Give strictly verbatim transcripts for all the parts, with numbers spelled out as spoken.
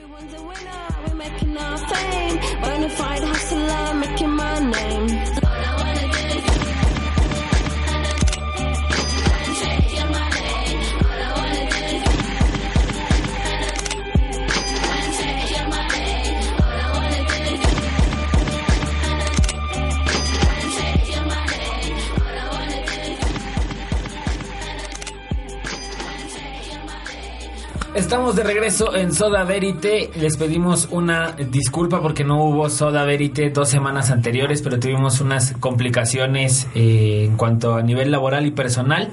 Everyone's a winner, we're making our fame. Bonafide hustler, making my name. All I wanna do is take your money. All I wanna do is take your money. All I wanna do is take your money. All I wanna do is take your money. Estamos de regreso en Soda Verite. Les pedimos una disculpa porque no hubo Soda Verite dos semanas anteriores, pero tuvimos unas complicaciones eh, en cuanto a nivel laboral y personal.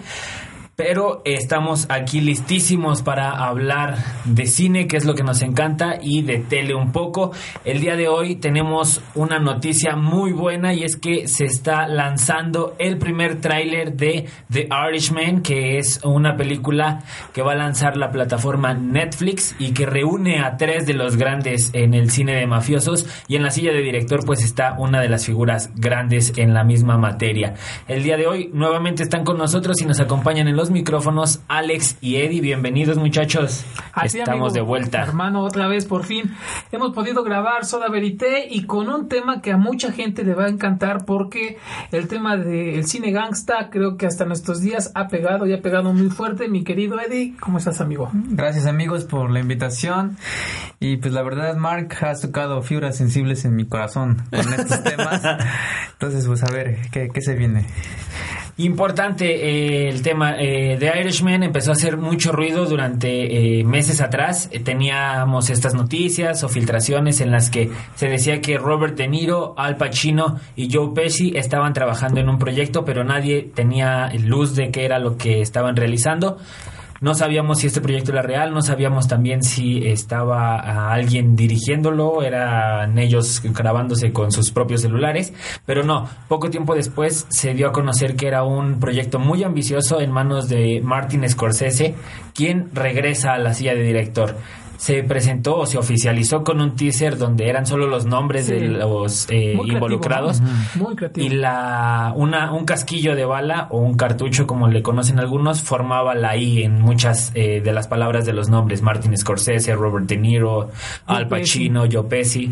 Pero estamos aquí listísimos para hablar de cine, que es lo que nos encanta, y de tele un poco. El día de hoy tenemos una noticia muy buena, y es que se está lanzando el primer tráiler de The Irishman, que es una película que va a lanzar la plataforma Netflix y que reúne a tres de los grandes en el cine de mafiosos, y en la silla de director pues está una de las figuras grandes en la misma materia. El día de hoy nuevamente están con nosotros y nos acompañan en los micrófonos Alex y Eddie. Bienvenidos, muchachos. Así, estamos amigo, de vuelta, hermano, otra vez por fin hemos podido grabar Soda Verité, y con un tema que a mucha gente le va a encantar, porque el tema del cine gangsta creo que hasta nuestros días ha pegado y ha pegado muy fuerte. Mi querido Eddie, ¿cómo estás, amigo? Gracias, amigos, por la invitación. Y pues la verdad, Mark, has tocado fibras sensibles en mi corazón con estos temas. Entonces, pues a ver, ¿qué, qué se viene? Importante eh, el tema. eh, The Irishman empezó a hacer mucho ruido durante eh, meses atrás. Eh, teníamos estas noticias o filtraciones en las que se decía que Robert De Niro, Al Pacino y Joe Pesci estaban trabajando en un proyecto, pero nadie tenía luz de qué era lo que estaban realizando. No sabíamos si este proyecto era real, no sabíamos también si estaba a alguien dirigiéndolo, eran ellos grabándose con sus propios celulares, pero no, poco tiempo después se dio a conocer que era un proyecto muy ambicioso en manos de Martin Scorsese, quien regresa a la silla de director. Se presentó o se oficializó con un teaser donde eran solo los nombres sí. de los eh, involucrados, creativo, muy creativo. Y la una un casquillo de bala o un cartucho, como le conocen algunos, formaba la I en muchas eh, de las palabras de los nombres: Martin Scorsese, Robert De Niro, Al Pacino, Joe Pesci.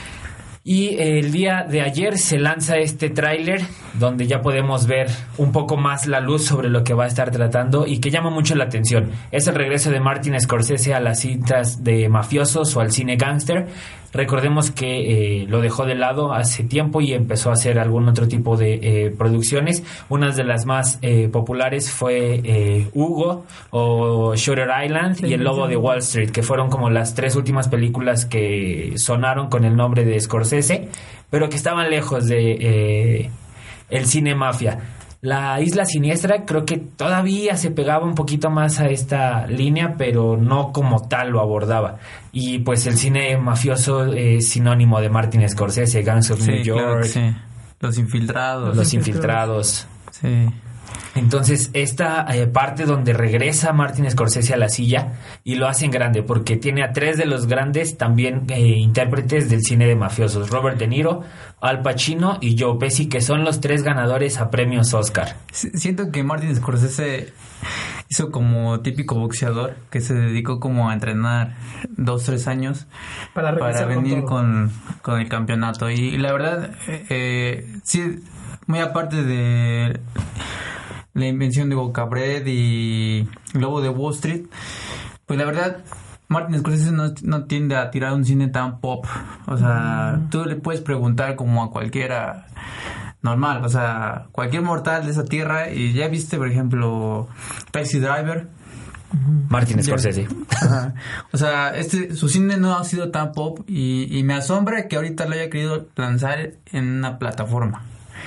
Y el día de ayer se lanza este tráiler donde ya podemos ver un poco más la luz sobre lo que va a estar tratando y que llama mucho la atención. Es el regreso de Martin Scorsese a las cintas de mafiosos o al cine gángster. Recordemos que eh, lo dejó de lado hace tiempo y empezó a hacer algún otro tipo de eh, producciones. Una de las más eh, populares fue eh, Hugo o Shutter Island sí, y El Lobo de Wall Street, que fueron como las tres últimas películas que sonaron con el nombre de Scorsese, pero que estaban lejos de eh, el cine mafia. La Isla Siniestra creo que todavía se pegaba un poquito más a esta línea, pero no como tal lo abordaba. Y pues el cine mafioso es sinónimo de Martin Scorsese, Gangs of sí, New York, claro sí. Los Infiltrados. Los Infiltrados. Sí. Entonces esta eh, parte donde regresa Martin Scorsese a la silla y lo hacen grande, porque tiene a tres de los grandes también eh, intérpretes del cine de mafiosos: Robert De Niro, Al Pacino y Joe Pesci, que son los tres ganadores a premios Oscar. Siento que Martin Scorsese hizo como típico boxeador que se dedicó como a entrenar dos, tres años para, para venir con, con el campeonato. Y, y la verdad, eh, sí, muy aparte de la invención de Boca Bread y Lobo de Wall Street, pues la verdad Martin Scorsese no, no tiende a tirar un cine tan pop. O sea, mm. tú le puedes preguntar como a cualquiera normal, o sea, cualquier mortal de esa tierra, y ya viste, por ejemplo, Taxi Driver. Martin Scorsese. Ajá. O sea, este su cine no ha sido tan pop, y, y me asombra que ahorita lo haya querido lanzar en una plataforma.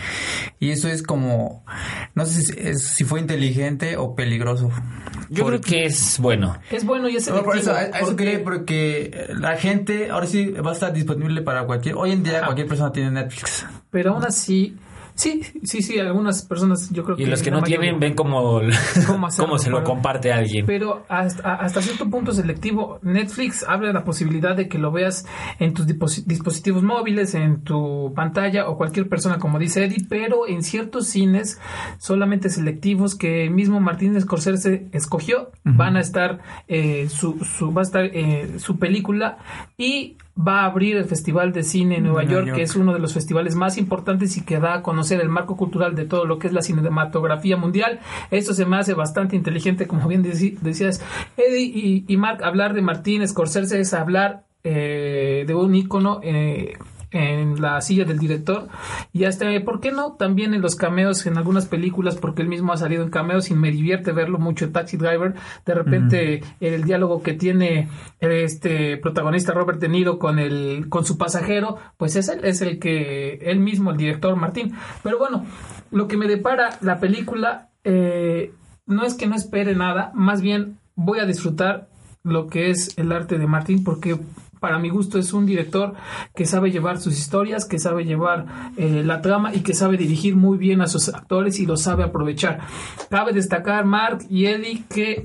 Y eso es como, no sé si, es, si fue inteligente o peligroso. Yo creo que es bueno. Es bueno y es no, por eso, a, a eso quería, porque la gente ahora sí va a estar disponible para cualquier. Hoy en día Ajá. cualquier persona tiene Netflix. Pero aún así, Sí, sí, sí, algunas personas yo creo que... Y los que no tienen ven como, cómo, cómo se lo pero, comparte a alguien. Pero hasta, hasta cierto punto selectivo, Netflix abre la posibilidad de que lo veas en tus dispos- dispositivos móviles, en tu pantalla o cualquier persona, como dice Eddie, pero en ciertos cines solamente selectivos que el mismo Martin Scorsese escogió, uh-huh. van a estar eh, su, su, va a estar eh, su película y va a abrir el Festival de Cine en Nueva, Nueva York, York, que es uno de los festivales más importantes y que da a conocer el marco cultural de todo lo que es la cinematografía mundial. Esto se me hace bastante inteligente, como bien dec- decías, Eddie y, y Mark. Hablar de Martin Scorsese es hablar eh, de un ícono eh, en la silla del director, y hasta, ¿por qué no? También en los cameos en algunas películas, porque él mismo ha salido en cameos y me divierte verlo mucho. Taxi Driver, de repente uh-huh. el diálogo que tiene este protagonista Robert De Niro con el con su pasajero, pues es él, es el que él mismo, el director Martín. Pero bueno, lo que me depara la película eh, no es que no espere nada, más bien voy a disfrutar lo que es el arte de Martín, porque para mi gusto es un director que sabe llevar sus historias, que sabe llevar eh, la trama y que sabe dirigir muy bien a sus actores y lo sabe aprovechar. Cabe destacar, Mark y Eddie, que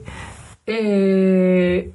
eh,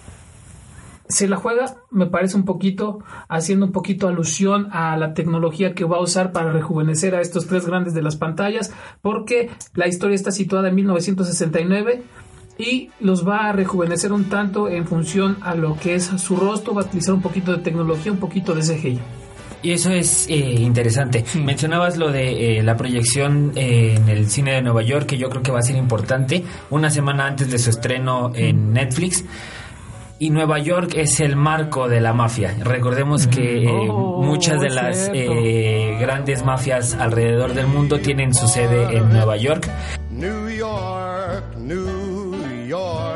se la juega, me parece un poquito, haciendo un poquito alusión a la tecnología que va a usar para rejuvenecer a estos tres grandes de las pantallas, porque la historia está situada en mil novecientos sesenta y nueve y los va a rejuvenecer un tanto en función a lo que es su rostro. Va a utilizar un poquito de tecnología, un poquito de C G I. Y eso es eh, interesante. Sí. Mencionabas lo de eh, la proyección eh, en el cine de Nueva York, que yo creo que va a ser importante, una semana antes de su estreno en Netflix. Y Nueva York es el marco de la mafia. Recordemos que eh, oh, muchas de las eh, grandes mafias alrededor del mundo tienen su sede en Nueva York. New York, New York,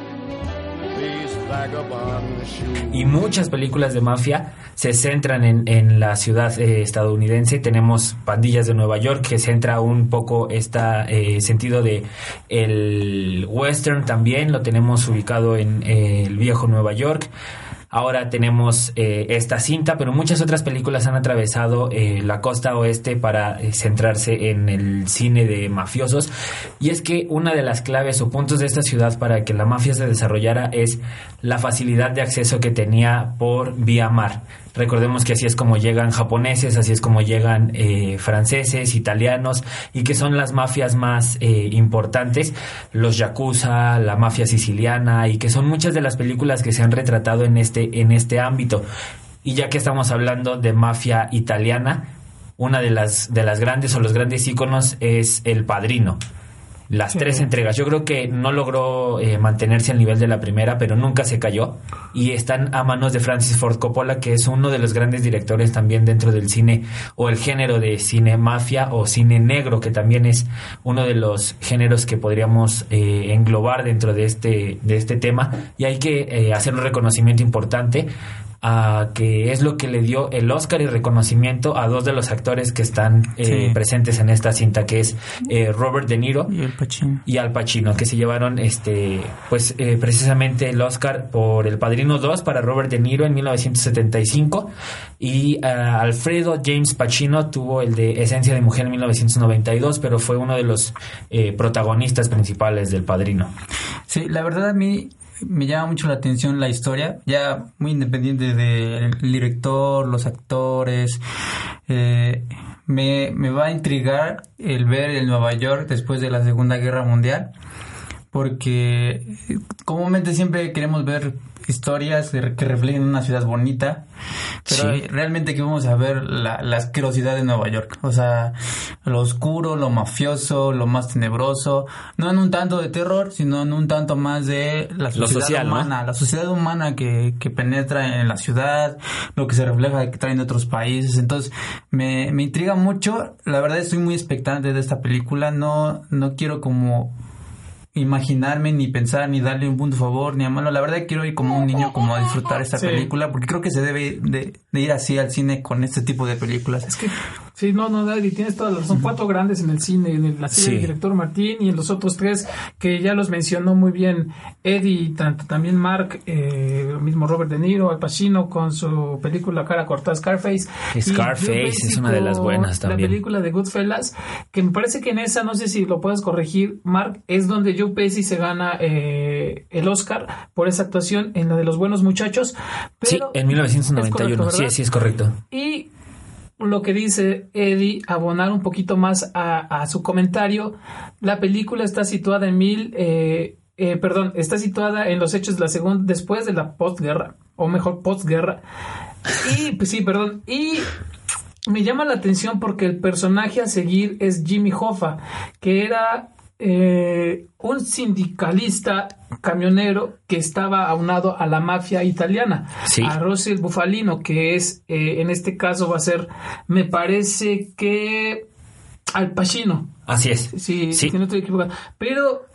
these vagabond shoes. Y muchas películas de mafia se centran en, en la ciudad eh, estadounidense. Tenemos Pandillas de Nueva York, que centra un poco este eh, sentido de el western también. Lo tenemos ubicado en eh, el viejo Nueva York. Ahora tenemos eh, esta cinta, pero muchas otras películas han atravesado eh, la costa oeste para eh, centrarse en el cine de mafiosos. Y es que una de las claves o puntos de esta ciudad para que la mafia se desarrollara es la facilidad de acceso que tenía por vía mar. Recordemos que así es como llegan japoneses, así es como llegan eh, franceses, italianos, y que son las mafias más eh, importantes, los yakuza, la mafia siciliana, y que son muchas de las películas que se han retratado en este, en este ámbito. Y ya que estamos hablando de mafia italiana, una de las, de las grandes o los grandes íconos es El Padrino. Las sí. tres entregas. Yo creo que no logró eh, mantenerse al nivel de la primera, pero nunca se cayó. Y están a manos de Francis Ford Coppola, que es uno de los grandes directores también dentro del cine o el género de cine mafia o cine negro, que también es uno de los géneros que podríamos eh, englobar dentro de este, de este tema. Y hay que eh, hacer un reconocimiento importante, Uh, que es lo que le dio el Oscar y reconocimiento a dos de los actores que están eh, sí. presentes en esta cinta, que es eh, Robert De Niro y Al Pacino, y Al Pacino, que se llevaron este pues eh, precisamente el Oscar por El Padrino dos para Robert De Niro en mil novecientos setenta y cinco, y uh, Alfredo James Pacino tuvo el de Esencia de Mujer en mil novecientos noventa y dos, pero fue uno de los eh, protagonistas principales del Padrino. Sí, la verdad a mí me llama mucho la atención la historia, ya muy independiente del director, los actores. Eh, me, me va a intrigar el ver el Nueva York después de la Segunda Guerra Mundial, porque comúnmente siempre queremos ver historias que reflejen una ciudad bonita, pero sí. realmente aquí vamos a ver la, la asquerosidad de Nueva York, o sea, lo oscuro, lo mafioso, lo más tenebroso, no en un tanto de terror, sino en un tanto más de la sociedad social, humana, ¿no? La sociedad humana que, que penetra en la ciudad, lo que se refleja que traen de otros países. Entonces me, me intriga mucho, la verdad estoy muy expectante de esta película, no, no quiero como imaginarme, ni pensar, ni darle un punto a favor, ni a malo. La verdad quiero ir como un niño como a disfrutar esta sí. película, porque creo que se debe de, de ir así al cine con este tipo de películas. Es que Sí, no, no, Daddy, tienes todas las... Son cuatro grandes en el cine, en la serie Sí. del director Martín y en los otros tres que ya los mencionó muy bien Eddie, tanto también Mark, eh, el mismo Robert De Niro, Al Pacino con su película Cara Cortada, Scarface. Scarface es una de las buenas también. La película de Goodfellas, que me parece que en esa, no sé si lo puedes corregir, Mark, es donde Joe Pesci se gana eh, el Oscar por esa actuación en la de Los Buenos Muchachos. Pero Sí, en mil novecientos noventa y uno. correcto, Sí, sí, es correcto. y lo que dice Eddie, abonar un poquito más a, a su comentario, la película está situada en mil, eh, eh, perdón, está situada en los hechos de la segunda, después de la postguerra, o mejor postguerra. Y, pues sí, perdón, y me llama la atención porque el personaje a seguir es Jimmy Hoffa, que era eh, un sindicalista camionero que estaba aunado a la mafia italiana, Sí. a Russell Bufalino, que es, eh, en este caso va a ser, me parece que Al Pacino. Así es. Sí, Sí. que no estoy equivocado. Pero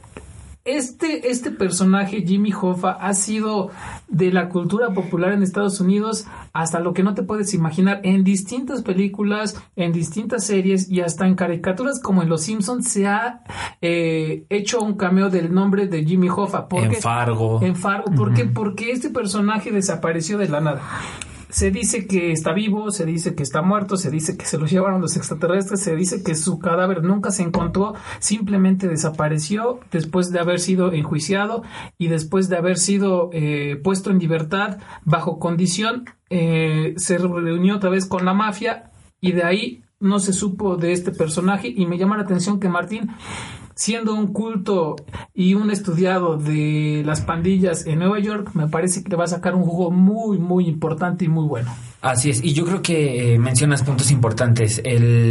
este, este personaje, Jimmy Hoffa, ha sido de la cultura popular en Estados Unidos hasta lo que no te puedes imaginar. En distintas películas, en distintas series y hasta en caricaturas como en Los Simpsons se ha eh, hecho un cameo del nombre de Jimmy Hoffa. ¿Por En qué? Fargo. En Fargo. ¿Por qué? Porque este personaje desapareció de la nada. Se dice que está vivo, se dice que está muerto, se dice que se lo llevaron los extraterrestres, se dice que su cadáver nunca se encontró, simplemente desapareció después de haber sido enjuiciado y después de haber sido eh, puesto en libertad bajo condición, eh, se reunió otra vez con la mafia y de ahí no se supo de este personaje. Y me llama la atención que Martín, siendo un culto y un estudiado de las pandillas en Nueva York, me parece que le va a sacar un jugo muy, muy importante y muy bueno. Así es, y yo creo que eh, mencionas puntos importantes.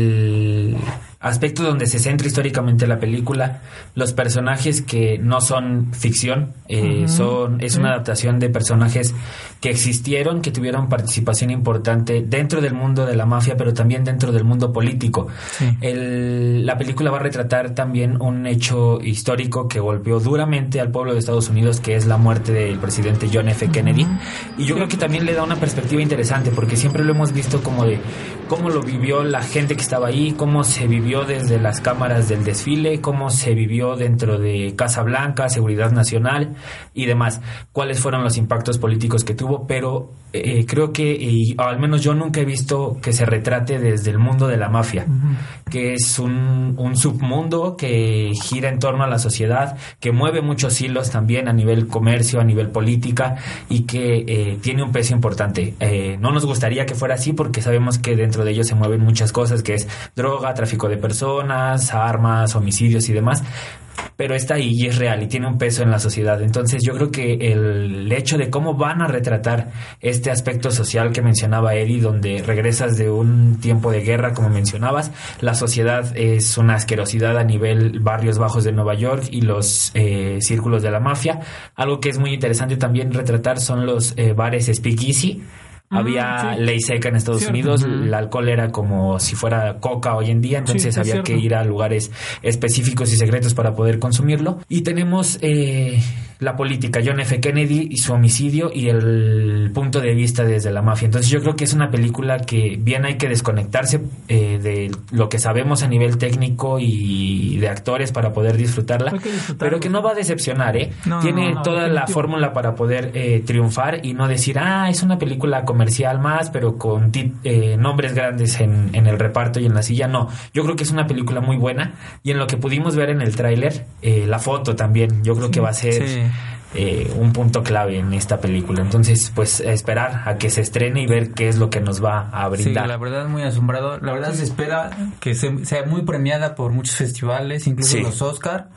El aspecto donde se centra históricamente la película, los personajes que no son ficción, eh, Ujú. son es una adaptación de personajes que existieron, que tuvieron participación importante dentro del mundo de la mafia, pero también dentro del mundo político. Sí. El, la película va a retratar también un hecho histórico que golpeó duramente al pueblo de Estados Unidos, que es la muerte del presidente John F. Kennedy. Y yo creo que también le da una perspectiva interesante, porque siempre lo hemos visto como de cómo lo vivió la gente que estaba ahí, cómo se vivió desde las cámaras del desfile, cómo se vivió dentro de Casa Blanca, Seguridad Nacional y demás, cuáles fueron los impactos políticos que tuvo, pero eh, creo que, y al menos yo nunca he visto que se retrate desde el mundo de la mafia, uh-huh. que es un, un submundo que gira en torno a la sociedad, que mueve muchos hilos también a nivel comercio, a nivel política, y que eh, tiene un peso importante. Eh, no nos gustaría que fuera así, porque sabemos que dentro de ellos se mueven muchas cosas, que es droga, tráfico de personas, armas, homicidios y demás, pero está ahí y es real y tiene un peso en la sociedad. Entonces yo creo que el hecho de cómo van a retratar este aspecto social que mencionaba Eddie, donde regresas de un tiempo de guerra, como mencionabas, la sociedad es una asquerosidad a nivel barrios bajos de Nueva York y los eh, círculos de la mafia. Algo que es muy interesante también retratar son los eh, bares speakeasy. Había sí. ley seca en Estados cierto. Unidos, uh-huh. el alcohol era como si fuera coca hoy en día, entonces sí, había cierto. que ir a lugares específicos y secretos para poder consumirlo. Y tenemos eh, la política, John F. Kennedy y su homicidio y el punto de vista desde la mafia. Entonces yo creo que es una película que bien hay que desconectarse eh, de lo que sabemos a nivel técnico y de actores para poder disfrutarla, que pero que no va a decepcionar, ¿eh? No, Tiene no, no, toda la fórmula para poder eh, triunfar y no decir, ah, es una película comercial más, pero con tit- eh, nombres grandes en, en el reparto y en la silla. No, yo creo que es una película muy buena, y en lo que pudimos ver en el tráiler, eh, la foto también, yo creo sí, que va a ser sí. eh, un punto clave en esta película. Entonces, pues, a esperar a que se estrene y ver qué es lo que nos va a brindar. Sí, la verdad, muy asombrado. La verdad, se espera que se, sea muy premiada por muchos festivales, incluso sí. los Oscar,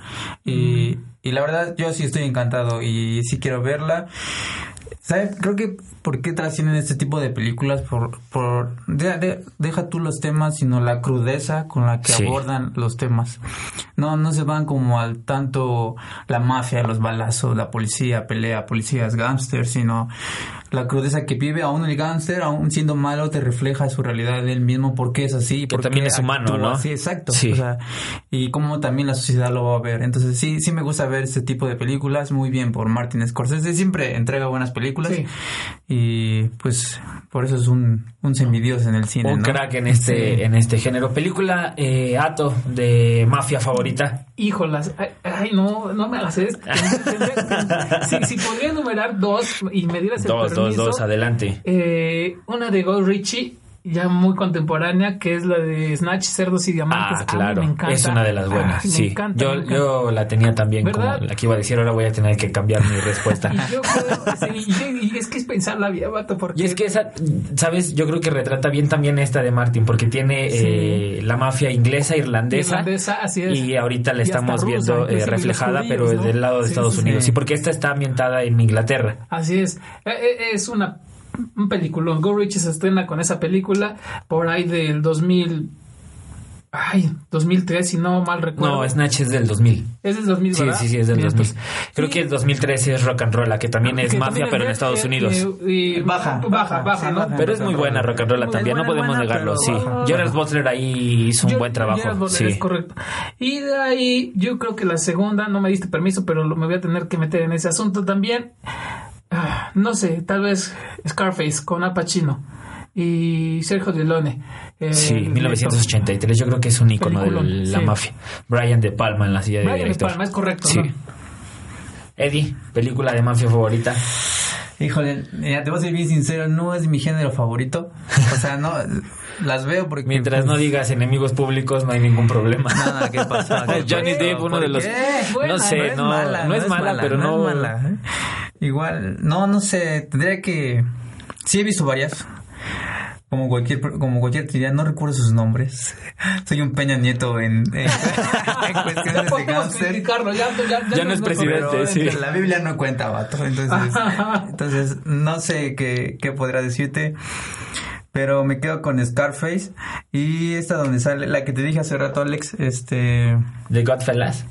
y, mm. y la verdad, yo sí estoy encantado y sí quiero verla. ¿Sabes? Creo que ¿por qué trascienden este tipo de películas? Por, por de, de, deja tú los temas, sino la crudeza con la que sí. abordan los temas. No, no se van como al tanto la mafia, los balazos, la policía, pelea, policías, gángsters, sino la crudeza que vive, aún el gángster, aún siendo malo, te refleja su realidad de él mismo, por qué es así. Que también es humano, ¿no? Sí, exacto. Sí. O sea, y cómo también la sociedad lo va a ver. Entonces sí, sí me gusta ver este tipo de películas, muy bien por Martin Scorsese, siempre entrega buenas películas. Sí. Y pues por eso es un, un semidios en el cine, un ¿no? crack en este, sí. en este género. Película, eh, Ato, de mafia favorita. Híjolas, ay, ay no, no me hagas esto. si, si podría enumerar dos y me dieras el dos, permiso. Dos, dos, dos, adelante. Eh, una de Guy Ritchie, ya muy contemporánea, que es la de Snatch, Cerdos y Diamantes. Ah, claro, me encanta. Es una de las buenas, Ay, sí. Me encanta, yo, me encanta. yo la tenía también, ¿verdad? Como la que iba a decir, ahora voy a tener que cambiar mi respuesta. Y yo creo, sí, y, y es que es pensarla bien, vato, porque... Y es que esa, ¿sabes? Yo creo que retrata bien también esta de Martin, porque tiene sí. eh, la mafia inglesa, irlandesa, irlandesa, así es. Y ahorita la estamos rusa, viendo eh, reflejada, judíos, pero ¿no? del lado de sí, Estados sí, Unidos. Sí, porque esta está ambientada en Inglaterra. Así es. Es una... un película. Guy Ritchie se estrena con esa película por ahí del dos mil, ay, dos mil tres, si no mal recuerdo. No, Snatch es del dos mil. Es del dos mil, ¿verdad? Sí, sí, sí, es del Bien, dos mil. pues, Creo sí. que el dos mil trece es Rock and Roll, que también es que mafia, también pero es, en Estados eh, Unidos. Eh, eh, baja, baja, baja, ¿no? Pero es muy buena Rock and Roll también, buena, no podemos buena, negarlo, pero... sí. Uh, Gerard Butler ahí hizo un yo, buen trabajo. Gerard Butler, sí. Es correcto. Y de ahí, yo creo que la segunda, no me diste permiso, pero me voy a tener que meter en ese asunto también. No sé, tal vez Scarface con Al Pacino y Sergio Leone. Eh, sí, mil novecientos ochenta y tres, yo creo que es un ícono de la sí. mafia. Brian De Palma en la silla Brian de director. De Palma, es correcto. Sí. ¿No? Eddie, película de mafia favorita. Híjole, ya te voy a ser bien sincero, no es mi género favorito. O sea, no, las veo porque... Mientras pues, no digas enemigos públicos, no hay ningún problema. Nada, ¿qué pasó? Johnny Depp, uno de los... Buena, no sé, no es no, mala, no, no es mala, mala pero no... no es mala. ¿eh? Igual, no, no sé, tendría que... Sí he visto varias. Como cualquier como cualquier actividad, no recuerdo sus nombres. Soy un Peña Nieto en, en, en cuestiones de cáncer. Ya, ya, ya, ya no es presidente, pero, sí. La Biblia no cuenta, vato. Entonces, entonces no sé qué, qué podrá decirte. Pero me quedo con Scarface. Y esta donde sale, la que te dije hace rato, Alex, este... ¿The Godfellas?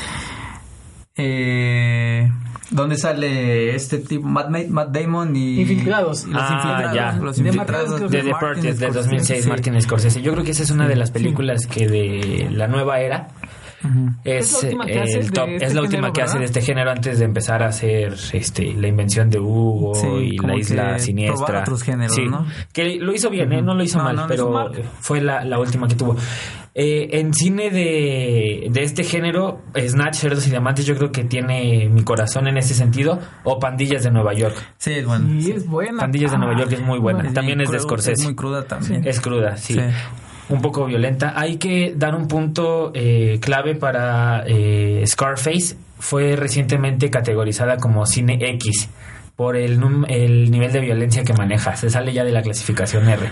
Eh... ¿Dónde sale este tipo? Matt, Matt Damon y... Infiltrados. Los ah, infiltrados. Ya. Los infiltrados. De The Departed, del dos mil seis, sí. Martin Scorsese. Yo creo que esa es una de las películas sí. que de la nueva era... Uh-huh. Es, es la última que, hace, el top, de este es la última género, que hace de este género antes de empezar a hacer este la invención de Hugo sí, y la isla siniestra. Otros géneros, sí, ¿no? Que lo hizo bien, uh-huh. ¿eh? No lo hizo no, mal, no pero hizo mal. Fue la, la última que tuvo. Eh, en cine de, de este género, Snatch, Cerdos y Diamantes, yo creo que tiene mi corazón en ese sentido. O Pandillas de Nueva York. Sí, es buena. Sí, es buena. Pandillas ah, de Nueva York es muy buena. Bueno, también es cruda, de Scorsese. Es muy cruda también. Es cruda, sí. sí. Un poco violenta. Hay que dar un punto eh, clave para eh, Scarface. Fue recientemente categorizada como cine X por el, el nivel de violencia que maneja. Se sale ya de la clasificación R.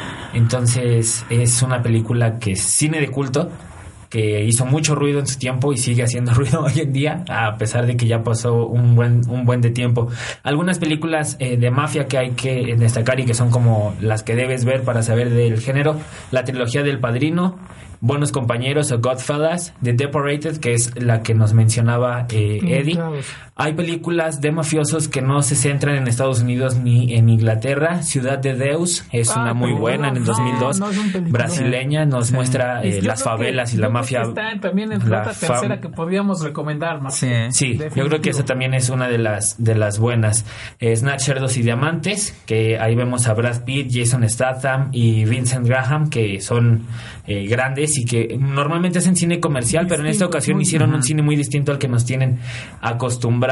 Entonces es una película que es cine de culto, que hizo mucho ruido en su tiempo y sigue haciendo ruido hoy en día, a pesar de que ya pasó un buen un buen de tiempo. Algunas películas eh, de mafia que hay que destacar y que son como las que debes ver para saber del género: la trilogía del Padrino, Buenos Compañeros o Godfellas, The Departed, que es la que nos mencionaba eh, Eddie. Hay películas de mafiosos que no se centran en Estados Unidos ni en Inglaterra. Ciudad de Deus es ah, una muy buena, en el dos mil dos, no, no brasileña, nos sí. muestra eh, las favelas que, y la mafia. Está también en la tercera fam- que podríamos recomendar más. Sí, sí, yo creo que esa también es una de las de las buenas. Eh, Snatch, Cerdos y Diamantes, que ahí vemos a Brad Pitt, Jason Statham y Vincent Graham, que son eh, grandes y que normalmente hacen cine comercial, pero en esta ocasión hicieron un cine muy distinto al que nos tienen acostumbrados.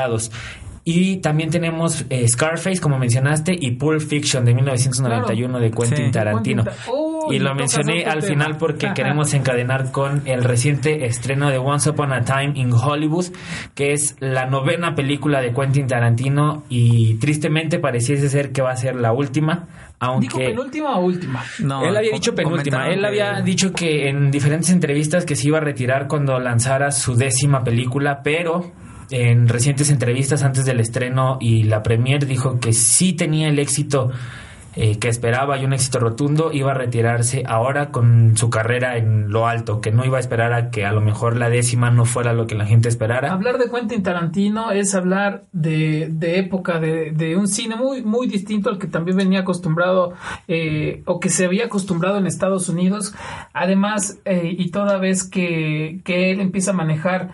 Y también tenemos eh, Scarface, como mencionaste, y Pulp Fiction de mil novecientos noventa y uno claro. de Quentin sí. Tarantino. Oh, y lo mencioné al tema. final porque Ajá. queremos encadenar con el reciente estreno de Once Upon a Time in Hollywood, que es la novena película de Quentin Tarantino y tristemente pareciese ser que va a ser la última. Aunque ¿Dijo penúltima o última? No, él había dicho penúltima. Él que... había dicho que en diferentes entrevistas que se iba a retirar cuando lanzara su décima película, pero en recientes entrevistas antes del estreno y la premiere dijo que sí tenía el éxito eh, que esperaba y un éxito rotundo, iba a retirarse ahora con su carrera en lo alto, que no iba a esperar a que a lo mejor la décima no fuera lo que la gente esperara. Hablar de Quentin Tarantino es hablar de, de época, de, de un cine muy, muy distinto al que también venía acostumbrado eh, o que se había acostumbrado en Estados Unidos. Además, eh, y toda vez que, que él empieza a manejar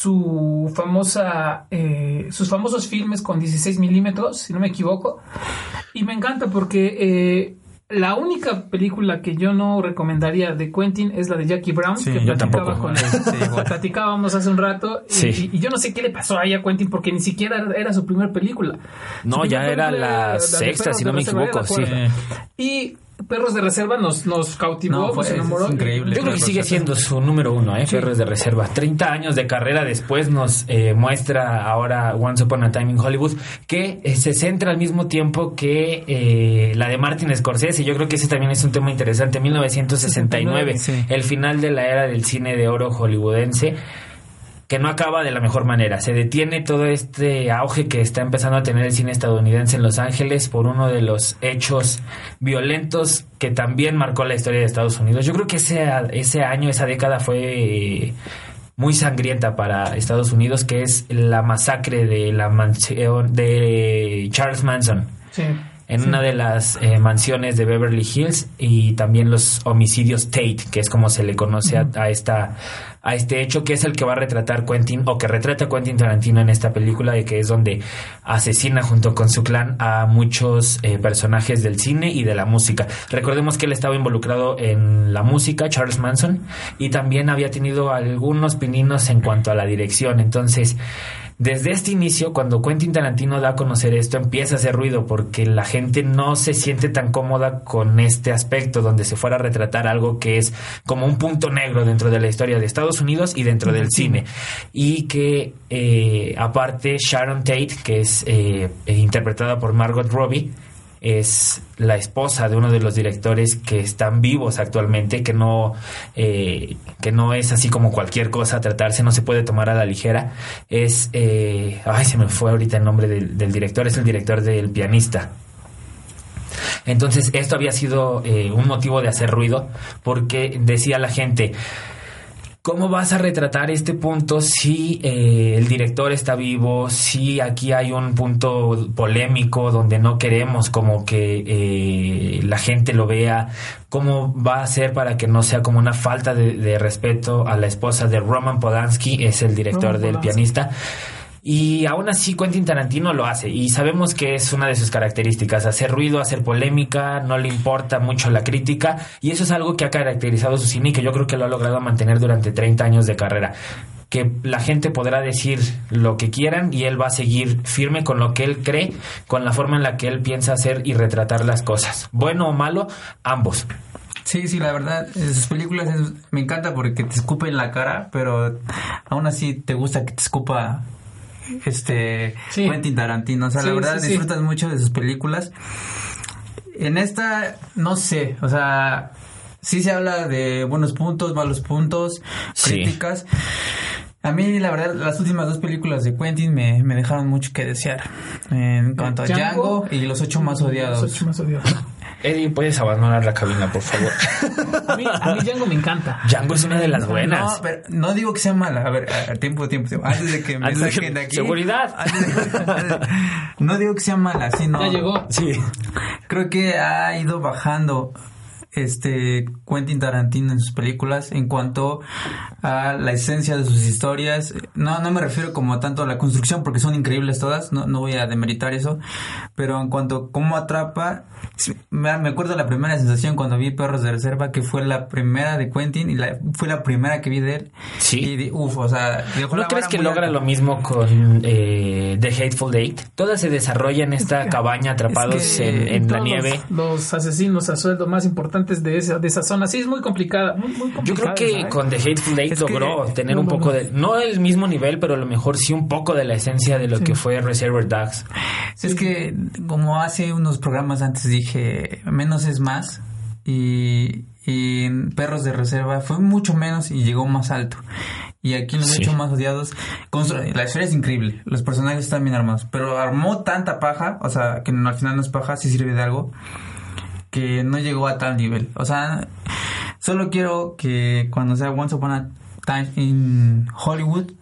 su famosa, eh, sus famosos filmes con dieciséis milímetros, si no me equivoco, y me encanta porque eh, la única película que yo no recomendaría de Quentin es la de Jackie Brown, sí, que yo platicaba tampoco. con él. Sí, bueno. Platicábamos hace un rato y, sí. y, y yo no sé qué le pasó ahí a Quentin porque ni siquiera era, era su primer película. No, Su ya primer era película la de sexta, Perros si de no me Reserva, equivoco, era la sí. cuarta. Y Perros de Reserva nos, nos cautivó, No, nos fue- enamoró. es increíble. Yo creo que sigue siendo su número uno, ¿eh? Sí. Perros de Reserva. treinta años de carrera después nos eh, muestra ahora Once Upon a Time in Hollywood, que eh, se centra al mismo tiempo que eh, la de Martin Scorsese. Yo creo que ese también es un tema interesante. mil novecientos sesenta y nueve, Sí. el final de la era del cine de oro hollywoodense, que no acaba de la mejor manera. Se detiene todo este auge que está empezando a tener el cine estadounidense en Los Ángeles por uno de los hechos violentos que también marcó la historia de Estados Unidos. Yo creo que ese, ese año, esa década fue eh, muy sangrienta para Estados Unidos, que es la masacre de la mansión de Charles Manson. Sí. En Sí. una de las eh, mansiones de Beverly Hills, y también los homicidios Tate, que es como se le conoce a, a esta a este hecho, que es el que va a retratar Quentin, o que retrata Quentin Tarantino en esta película, de que es donde asesina junto con su clan a muchos eh, personajes del cine y de la música. Recordemos que él estaba involucrado en la música, Charles Manson, y también había tenido algunos pininos en cuanto a la dirección. Entonces, desde este inicio, cuando Quentin Tarantino da a conocer esto, empieza a hacer ruido porque la gente no se siente tan cómoda con este aspecto, donde se fuera a retratar algo que es como un punto negro dentro de la historia de Estados Unidos y dentro del cine. Y que eh, aparte Sharon Tate, que es eh, interpretada por Margot Robbie, es la esposa de uno de los directores que están vivos actualmente, que no eh, que no es así como cualquier cosa a tratarse, no se puede tomar a la ligera. Es eh, ay, se me fue ahorita el nombre del, del director, es el director del Pianista. Entonces esto había sido eh, un motivo de hacer ruido, porque decía la gente: ¿cómo vas a retratar este punto si eh, el director está vivo? Si aquí hay un punto polémico donde no queremos como que eh, la gente lo vea. ¿Cómo va a ser para que no sea como una falta de, de respeto a la esposa de Roman Polanski? Es el director Roman del Polanski. Pianista. Y aún así Quentin Tarantino lo hace, y sabemos que es una de sus características: hacer ruido, hacer polémica, no le importa mucho la crítica, y eso es algo que ha caracterizado su cine y que yo creo que lo ha logrado mantener durante treinta años de carrera. Que la gente podrá decir lo que quieran y él va a seguir firme con lo que él cree, con la forma en la que él piensa hacer y retratar las cosas. Bueno o malo, ambos. Sí, sí, la verdad, eh, sus películas es- me encanta porque te escupe en la cara, pero aún así te gusta que te escupa este Sí. Quentin Tarantino. O sea, Sí, la verdad sí, sí. disfrutas mucho de sus películas. En esta, no sé, o sea, sí se habla de buenos puntos, malos puntos, Sí. críticas. A mí, la verdad, las últimas dos películas de Quentin me, me dejaron mucho que desear. En cuanto a Django Django y Los Ocho Más Odiados. Los ocho más odiados. Eddie, ¿puedes abandonar la cabina, por favor? A mí, a mí Django me encanta. Django es una de las buenas. No, pero no digo que sea mala. A ver, a, a tiempo, tiempo, tiempo. Antes de que me Antes de saquen que- de aquí. seguridad. Antes de- no digo que sea mala, sino. Ya llegó. Sí. Creo que ha ido bajando este Quentin Tarantino en sus películas en cuanto a la esencia de sus historias. No, no me refiero como tanto a la construcción, porque son increíbles todas, no, no voy a demeritar eso, pero en cuanto a cómo atrapa, me, me acuerdo la primera sensación cuando vi Perros de Reserva, que fue la primera de Quentin y la, fue la primera que vi de él. Sí. Y di- uf, o sea, dejó ¿No la crees vara que muy logra alta. lo mismo con eh, The Hateful Eight? Toda se desarrolla en esta cabaña atrapados es que en, en la Todos nieve. Los, los asesinos a sueldo más importantes de esa, de esa zona. Sí, es muy complicada. Muy, muy Yo creo complicada, que ¿sabes? con The Hateful Eight Es que- logró tener no, un no, poco no. de... No el mismo nivel, pero a lo mejor sí un poco de la esencia de lo Sí. que fue Reservoir Dogs. Es que como hace unos programas antes dije, menos es más, y, y en Perros de Reserva fue mucho menos y llegó más alto. Y aquí en Los Sí. Ocho Más Odiados, constru- la historia es increíble, los personajes están bien armados, pero armó tanta paja, o sea, que no- al final no es paja, sí sirve de algo, que no llegó a tal nivel. O sea, solo quiero que cuando sea Once Upon a Time in Hollywood,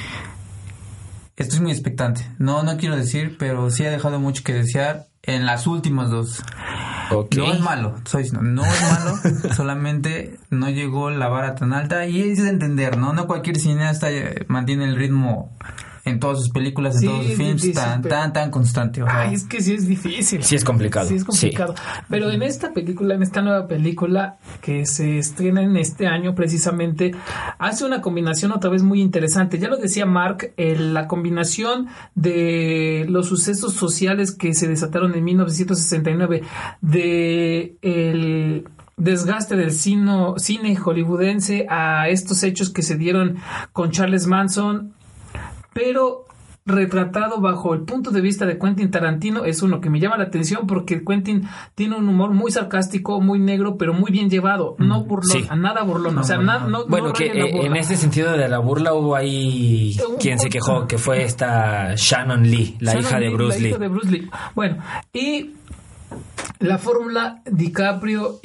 estoy muy expectante. No, no quiero decir, pero sí ha dejado mucho que desear en las últimas dos. Okay. No es malo, soy, no es malo, solamente no llegó la vara tan alta y es de entender, ¿no? No cualquier cineasta mantiene el ritmo en todas sus películas, en sí, todos sus films, difícil, tan, pero... tan, tan constante. O sea. Ay, es que sí es difícil. Sí es complicado. Sí es complicado. Sí. Pero en esta película, en esta nueva película que se estrena en este año precisamente, hace una combinación otra vez muy interesante. Ya lo decía Mark, el, la combinación de los sucesos sociales que se desataron en mil novecientos sesenta y nueve, de el desgaste del cine, cine hollywoodense a estos hechos que se dieron con Charles Manson, pero retratado bajo el punto de vista de Quentin Tarantino, es uno que me llama la atención porque Quentin tiene un humor muy sarcástico, muy negro, pero muy bien llevado, no burlón, sí. nada burlón, no, o sea, no, no, bueno, no que eh, en este sentido de la burla hubo ahí un, quien se quejó, que fue esta Shannon Lee, la Shannon hija de Bruce Lee, Lee. La hija de Bruce Lee. Bueno, y la fórmula DiCaprio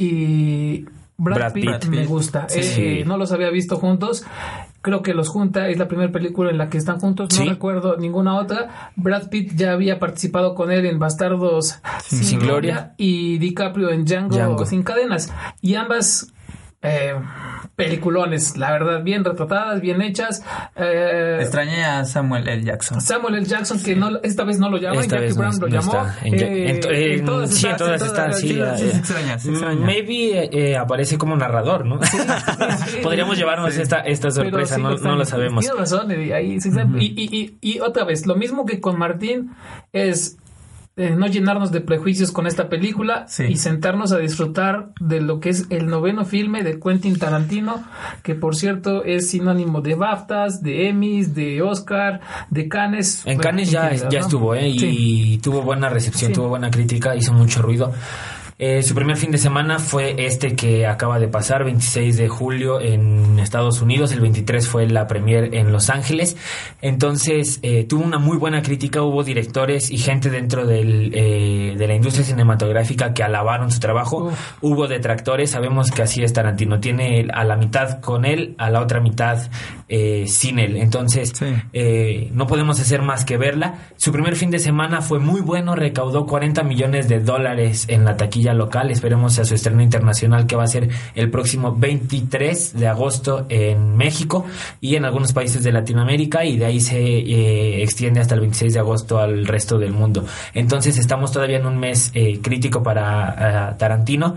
y Brad, Brad Pitt, Pitt me gusta. Sí, eh, sí. No los había visto juntos. Creo que los junta, es la primera película en la que están juntos, no ¿Sí? recuerdo ninguna otra. Brad Pitt ya había participado con él en Bastardos sin, sin gloria. gloria y DiCaprio en Django, Django sin cadenas. Y ambas eh, peliculones, la verdad, bien retratadas, bien hechas. Eh, Extrañé a Samuel L. Jackson. Samuel L. Jackson, que no, esta vez no lo llaman, Jackie Brown no, lo no llamó. En, eh, en, en, en todas sí, en todas están, sí. sí, se extraña, se extraña. Maybe eh, aparece como narrador, ¿no? Sí, sí, sí, Podríamos sí, llevarnos sí. esta, esta sorpresa, sí, no, no lo sabemos. Tienes razón, ahí, sí, uh-huh. y, y, y, y otra vez, lo mismo que con Martín es... Eh, no llenarnos de prejuicios con esta película sí. y sentarnos a disfrutar de lo que es el noveno filme de Quentin Tarantino, que por cierto es sinónimo de BAFTAs, de Emmys, de Oscar, de Cannes. En Cannes ya, ya ¿no? estuvo, ¿eh? Sí. Y tuvo buena recepción, sí. tuvo buena crítica, hizo mucho ruido. Eh, su primer fin de semana fue este que acaba de pasar, veintiséis de julio en Estados Unidos, el veintitrés fue la premier en Los Ángeles, entonces eh, tuvo una muy buena crítica, hubo directores y gente dentro del, eh, de la industria cinematográfica que alabaron su trabajo, Uf. hubo detractores, sabemos que así es Tarantino, tiene a la mitad con él, a la otra mitad eh, sin él, entonces sí. eh, no podemos hacer más que verla. Su primer fin de semana fue muy bueno, recaudó cuarenta millones de dólares en la taquilla local, esperemos a su estreno internacional que va a ser el próximo veintitrés de agosto en México y en algunos países de Latinoamérica y de ahí se eh, extiende hasta el veintiséis de agosto al resto del mundo. Entonces estamos todavía en un mes eh, crítico para uh, Tarantino,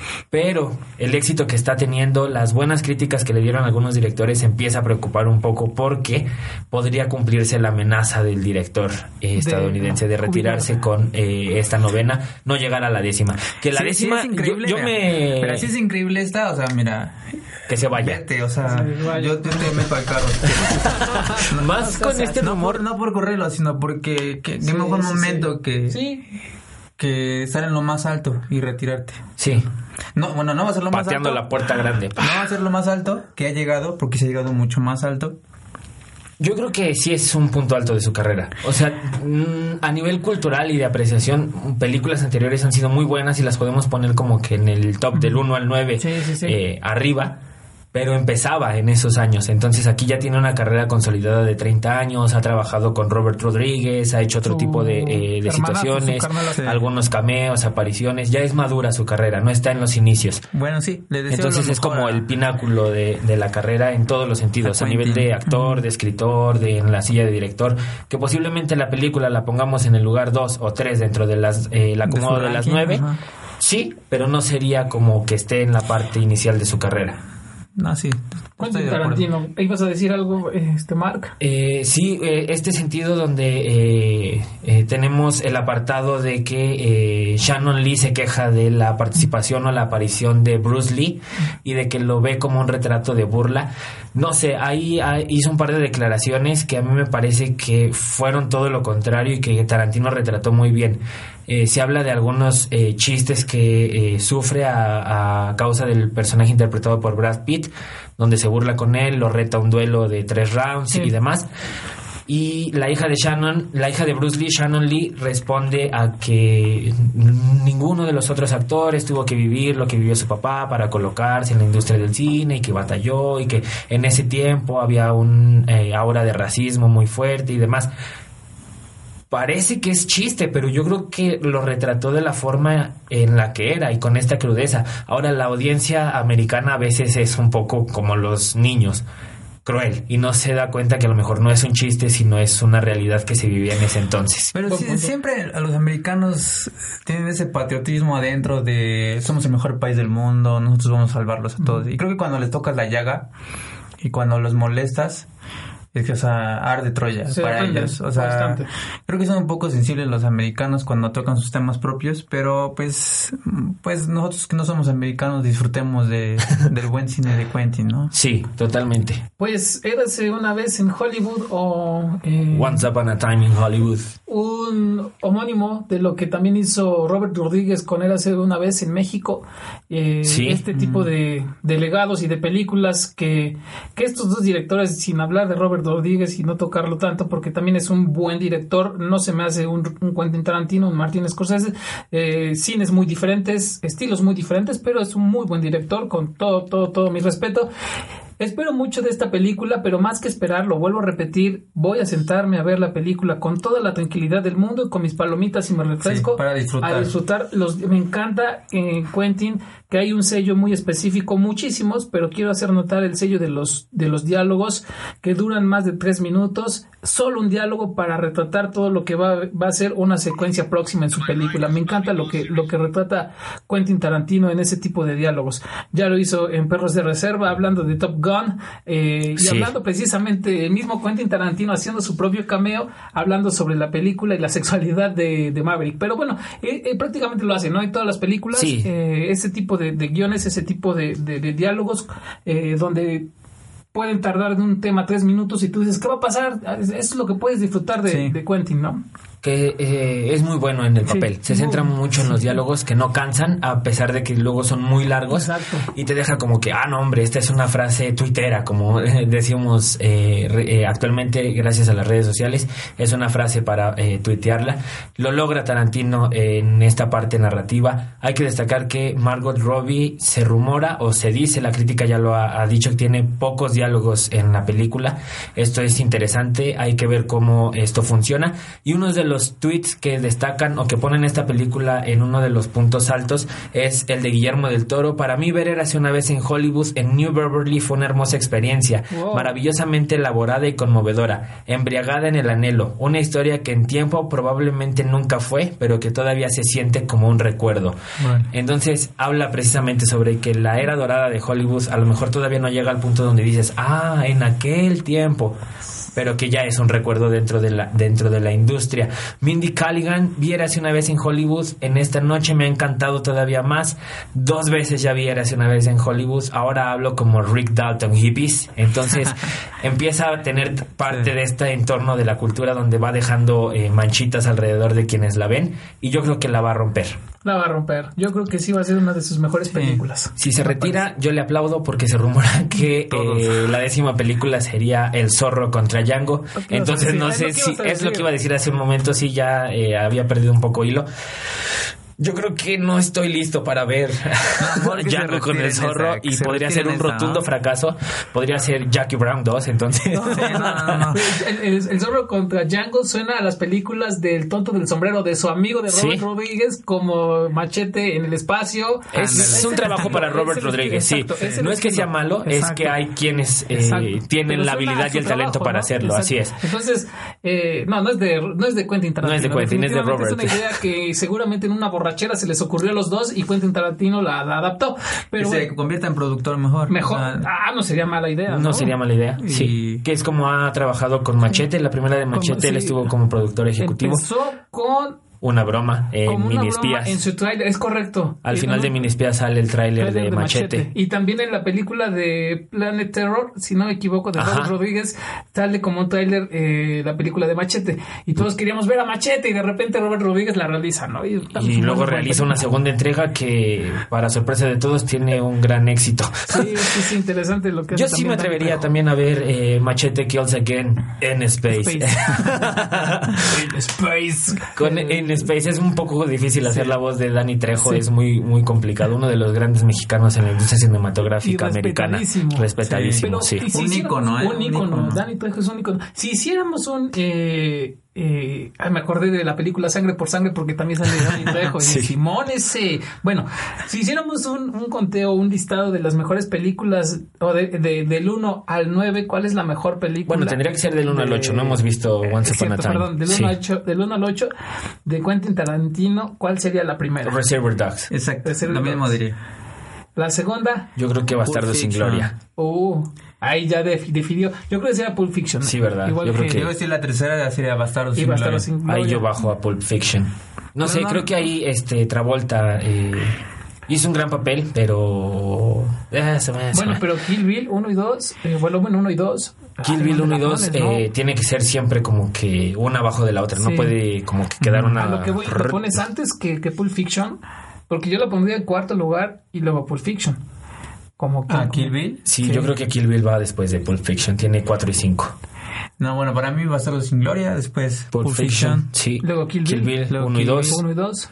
pero el éxito que está teniendo, las buenas críticas que le dieron algunos directores empieza a preocupar un poco porque podría cumplirse la amenaza del director eh, estadounidense de, de retirarse con eh, esta novena, no llegar a la décima. Que la sí, décima, sí es increíble, yo, yo me... Pero sí es increíble esta, o sea, mira... Que se vaya. Vete, o sea, sí, vaya. yo, yo te meto al carro. no, Más con o sea, este no rumor. Por, no por correrlo, sino porque que, sí, mejor sí, momento sí. que... Sí. que estar en lo más alto y retirarte. Sí. No, bueno, no va a ser lo más alto. Pateando la puerta grande. No va a ser lo más alto que ha llegado, porque se ha llegado mucho más alto. Yo creo que sí es un punto alto de su carrera. O sea, a nivel cultural y de apreciación, películas anteriores han sido muy buenas y las podemos poner como que en el top del uno al nueve sí, sí, sí. Eh, arriba. Pero empezaba en esos años, entonces aquí ya tiene una carrera consolidada de treinta años, ha trabajado con Robert Rodríguez, ha hecho otro su tipo de, eh, de situaciones, sí. algunos cameos, apariciones, ya es madura su carrera, no está en los inicios. Bueno, sí, le deseo entonces lo es como a... el pináculo de, de la carrera en todos los sentidos, a, a nivel de actor, de escritor, de en la silla de director, que posiblemente la película la pongamos en el lugar dos o tres dentro de las eh, el acomodo de, de las nueve, ajá. sí, pero no sería como que esté en la parte inicial de su carrera. No, sí. Quentin Tarantino, ¿ibas a decir algo, este Mark? Eh, sí, eh, este sentido donde eh, eh, tenemos el apartado de que eh, Shannon Lee se queja de la participación o la aparición de Bruce Lee y de que lo ve como un retrato de burla. No sé, ahí, ahí hizo un par de declaraciones que a mí me parece que fueron todo lo contrario y que Tarantino retrató muy bien. Eh, se habla de algunos eh, chistes que eh, sufre a, a causa del personaje interpretado por Brad Pitt, donde se burla con él, lo reta a un duelo de tres rounds sí. y demás. y la hija de Shannon, la hija de Bruce Lee, Shannon Lee, responde a que ninguno de los otros actores tuvo que vivir lo que vivió su papá para colocarse en la industria del cine, y que batalló, y que en ese tiempo había un eh, aura de racismo muy fuerte y demás. Parece que es chiste, pero yo creo que lo retrató de la forma en la que era y con esta crudeza. Ahora, la audiencia americana a veces es un poco como los niños, cruel, y no se da cuenta que a lo mejor no es un chiste, sino es una realidad que se vivía en ese entonces. Pero sí, siempre a los americanos tienen ese patriotismo adentro de somos el mejor país del mundo, nosotros vamos a salvarlos a todos. Y creo que cuando les tocas la llaga y cuando los molestas, es que, o sea, arde Troya sí, para depende, ellos. O sea, bastante. Creo que son un poco sensibles los americanos cuando tocan sus temas propios, pero pues pues nosotros que no somos americanos disfrutemos de del buen cine de Quentin, ¿no? Sí, totalmente. Pues érase una vez en Hollywood o... Eh, Once Upon a Time in Hollywood. Un homónimo de lo que también hizo Robert Rodríguez con Érase una vez en México. Eh, sí. Este tipo mm. de, de legados y de películas que, que estos dos directores, sin hablar de Robert Rodríguez y no tocarlo tanto porque también es un buen director, no se me hace un, un Quentin Tarantino, un Martin Scorsese, eh, cines muy diferentes, estilos muy diferentes, pero es un muy buen director, con todo, todo, todo mi respeto. Espero mucho de esta película, pero más que esperar, lo vuelvo a repetir, voy a sentarme a ver la película con toda la tranquilidad del mundo, con mis palomitas y me refresco, sí, para disfrutar. a disfrutar. Los, me encanta en eh, Quentin que hay un sello muy específico, muchísimos, pero quiero hacer notar el sello de los de los diálogos que duran más de tres minutos, solo un diálogo para retratar todo lo que va, va a ser una secuencia próxima en su película. Me encanta lo que lo que retrata Quentin Tarantino en ese tipo de diálogos. Ya lo hizo en Perros de Reserva, hablando de Top Gun, eh, y sí. hablando precisamente el mismo Quentin Tarantino haciendo su propio cameo, hablando sobre la película y la sexualidad de, de Maverick. Pero bueno, eh, eh, prácticamente lo hace, ¿no? En todas las películas, sí. eh, ese tipo de De, de guiones, ese tipo de, de, de diálogos eh, donde pueden tardar de un tema tres minutos y tú dices, ¿qué va a pasar? Eso es lo que puedes disfrutar de, sí. de Quentin, ¿no? Que eh, es muy bueno en el papel. Sí, se centra muy, mucho en los diálogos que no cansan, a pesar de que luego son muy largos. Exacto. Y te deja como que, ah, no, hombre, esta es una frase tuitera, como eh, decimos eh, eh, actualmente, gracias a las redes sociales. Es una frase para eh, tuitearla. Lo logra Tarantino en esta parte narrativa. Hay que destacar que Margot Robbie se rumora o se dice, la crítica ya lo ha, ha dicho, que tiene pocos diálogos en la película. Esto es interesante, hay que ver cómo esto funciona. Y uno de los tweets que destacan o que ponen esta película en uno de los puntos altos es el de Guillermo del Toro. Para mí, ver Érase una vez en Hollywood en New Beverly fue una hermosa experiencia, wow. maravillosamente elaborada y conmovedora, embriagada en el anhelo, una historia que en tiempo probablemente nunca fue, pero que todavía se siente como un recuerdo. Bueno. Entonces habla precisamente sobre que la era dorada de Hollywood a lo mejor todavía no llega al punto donde dices, ah, en aquel tiempo, pero que ya es un recuerdo dentro de la dentro de la industria. Mindy Kaling, vi Érase una vez en Hollywood, en esta noche me ha encantado todavía más. Dos veces ya vi Érase una vez en Hollywood, ahora hablo como Rick Dalton hippies. Entonces empieza a tener parte de este entorno de la cultura donde va dejando eh, manchitas alrededor de quienes la ven, y yo creo que la va a romper. La va a romper. Yo creo que sí va a ser una de sus mejores sí. películas. Si se retira, yo le aplaudo porque se rumora que eh, la décima película sería El Zorro contra Django. Entonces no sé si es lo que iba a decir hace un momento, sí ya eh, había perdido un poco hilo. Yo creo que no estoy listo para ver no, Django con el zorro esa, y podría ser un esa, rotundo ¿no? fracaso. Podría ser Jackie Brown dos, entonces. No, no, no, no. El, el, el zorro contra Django suena a las películas del tonto del sombrero, de su amigo de Robert ¿Sí? Rodríguez, como Machete en el espacio. Es, es un trabajo para Robert ese, Rodríguez, exacto, sí. No es que sea malo, exacto. es que hay quienes eh, tienen Pero la habilidad y el talento trabajo, para ¿no? hacerlo, exacto. así es. Entonces, eh, no, no es de no es de Quentin Tarantino. No es de Quentin, es de Robert. Es una idea que seguramente en una borrachera se les ocurrió a los dos y Quentin Tarantino la, la adaptó. Pero que se bueno, convierta en productor mejor. Mejor. Ah, no sería mala idea. No, no sería mala idea. Y... Sí. Que es como ha trabajado con Machete. La primera de Machete, como, sí. él estuvo como productor ejecutivo. Empezó con una broma en Como una Mini broma Espías. en su tráiler, es correcto. Al En final un- de Mini Espías sale el tráiler de, tráiler de Machete. Y también en la película de Planet Terror, si no me equivoco, de Ajá. Robert Rodríguez, sale como un tráiler eh, la película de Machete. Y todos queríamos ver a Machete y de repente Robert Rodríguez la realiza, ¿no? Y, Y luego realiza una segunda entrega que, para sorpresa de todos, tiene un gran éxito. Sí, sí, sí, interesante lo que Yo hace sí me también atrevería Dani también a ver eh, Machete Kills Again en Space. Space. Trejo. Space. Con, en Space es un poco difícil hacer la voz de Danny Trejo, sí. Es muy muy complicado, uno de los grandes mexicanos en la industria cinematográfica americana. Respetadísimo, sí. sí. Un ícono, ¿eh? Un ícono, Danny Trejo es un ícono. Si hiciéramos un... Eh, Eh, ay, me acordé de la película Sangre por Sangre porque también sale Danny Trejo y sí. Simón ese. Bueno, si hiciéramos un, un conteo, un listado de las mejores películas o de, de, del uno al nueve, ¿cuál es la mejor película? Bueno, tendría que ser del uno al ocho, no hemos visto Once Upon a Time. Perdón, del uno, sí. del uno al ocho de Quentin Tarantino, ¿cuál sería la primera? Reservoir Dogs. Exacto, lo mismo diría. La segunda, yo creo que Bastardos sin Gloria. Uh, ahí ya def- definió. Yo creo que sería Pulp Fiction. Sí, verdad. Igual yo que, creo que yo decir la tercera sería Bastardos sin, Bastardos sin Gloria. Ahí yo bajo a Pulp Fiction. No pero sé, no, creo que ahí este Travolta eh, hizo un gran papel, pero eh, se me, se bueno, me. pero Kill Bill uno y dos, eh, volumen uno y dos. Kill Bill uno y dos ¿no? eh, tiene que ser siempre como que una abajo de la otra, sí. No puede como que quedar una. A lo que voy, lo pones antes que, que Pulp Fiction, porque yo lo pondría en cuarto lugar y luego Pulp Fiction. Como que, ¿Ah, como... Kill Bill? Sí, sí, yo creo que Kill Bill va después de Pulp Fiction, tiene cuatro y cinco. No, bueno, para mí Bastardos sin Gloria, después Pulp, Pulp Fiction, Fiction, sí. Luego Kill Bill, Kill Bill uno y dos. uno y dos.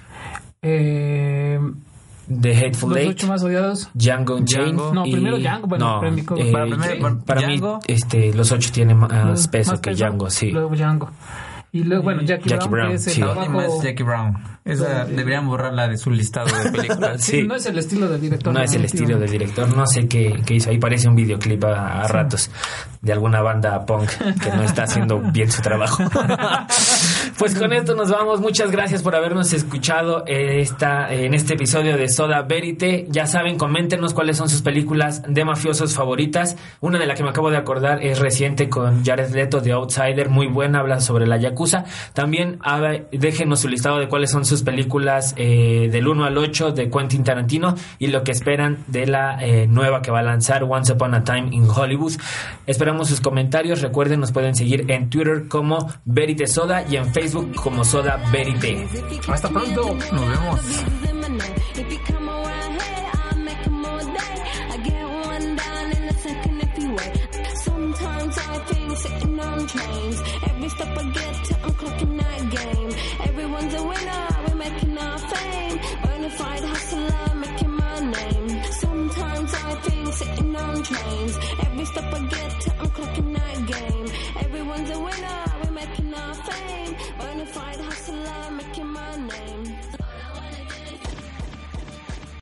Eh... The Hateful Los Eight, ocho más odiados, Django Unchained. No, y... primero Django. Bueno, no, para mí, eh, para, primer, para mí este, los ocho tienen más, más peso más que peso, Django, sí. Luego Django. Y luego, bueno, Jackie, Jackie Brown, Brown, que es el sí. abajo... más Jackie Brown. Esa sí. Deberían borrarla de su listado de películas. Sí, sí, no es el estilo del director. No es el estilo del director. No sé qué, qué hizo. Ahí parece un videoclip a, a sí. ratos de alguna banda punk que no está haciendo bien su trabajo. Pues con esto nos vamos. Muchas gracias por habernos escuchado esta, en este episodio de Soda Verite. Ya saben, coméntenos cuáles son sus películas de mafiosos favoritas. Una de las que me acabo de acordar es reciente con Jared Leto, The Outsider. Muy buena, habla sobre la Yakuza. También a ver, déjenos su listado de cuáles son sus películas eh, del uno al ocho de Quentin Tarantino y lo que esperan de la eh, nueva que va a lanzar, Once Upon a Time in Hollywood. Esperamos sus comentarios. Recuerden, nos pueden seguir en Twitter como Verite Soda y en Facebook como Soda Verite. Hasta pronto. Nos vemos. Every step I get to, I'm clocking that game. Everyone's a winner, we're making our fame. Bonafide hustler, making my name. Sometimes I think sitting on trains. Every step I get to, I'm clocking that game. Everyone's a winner.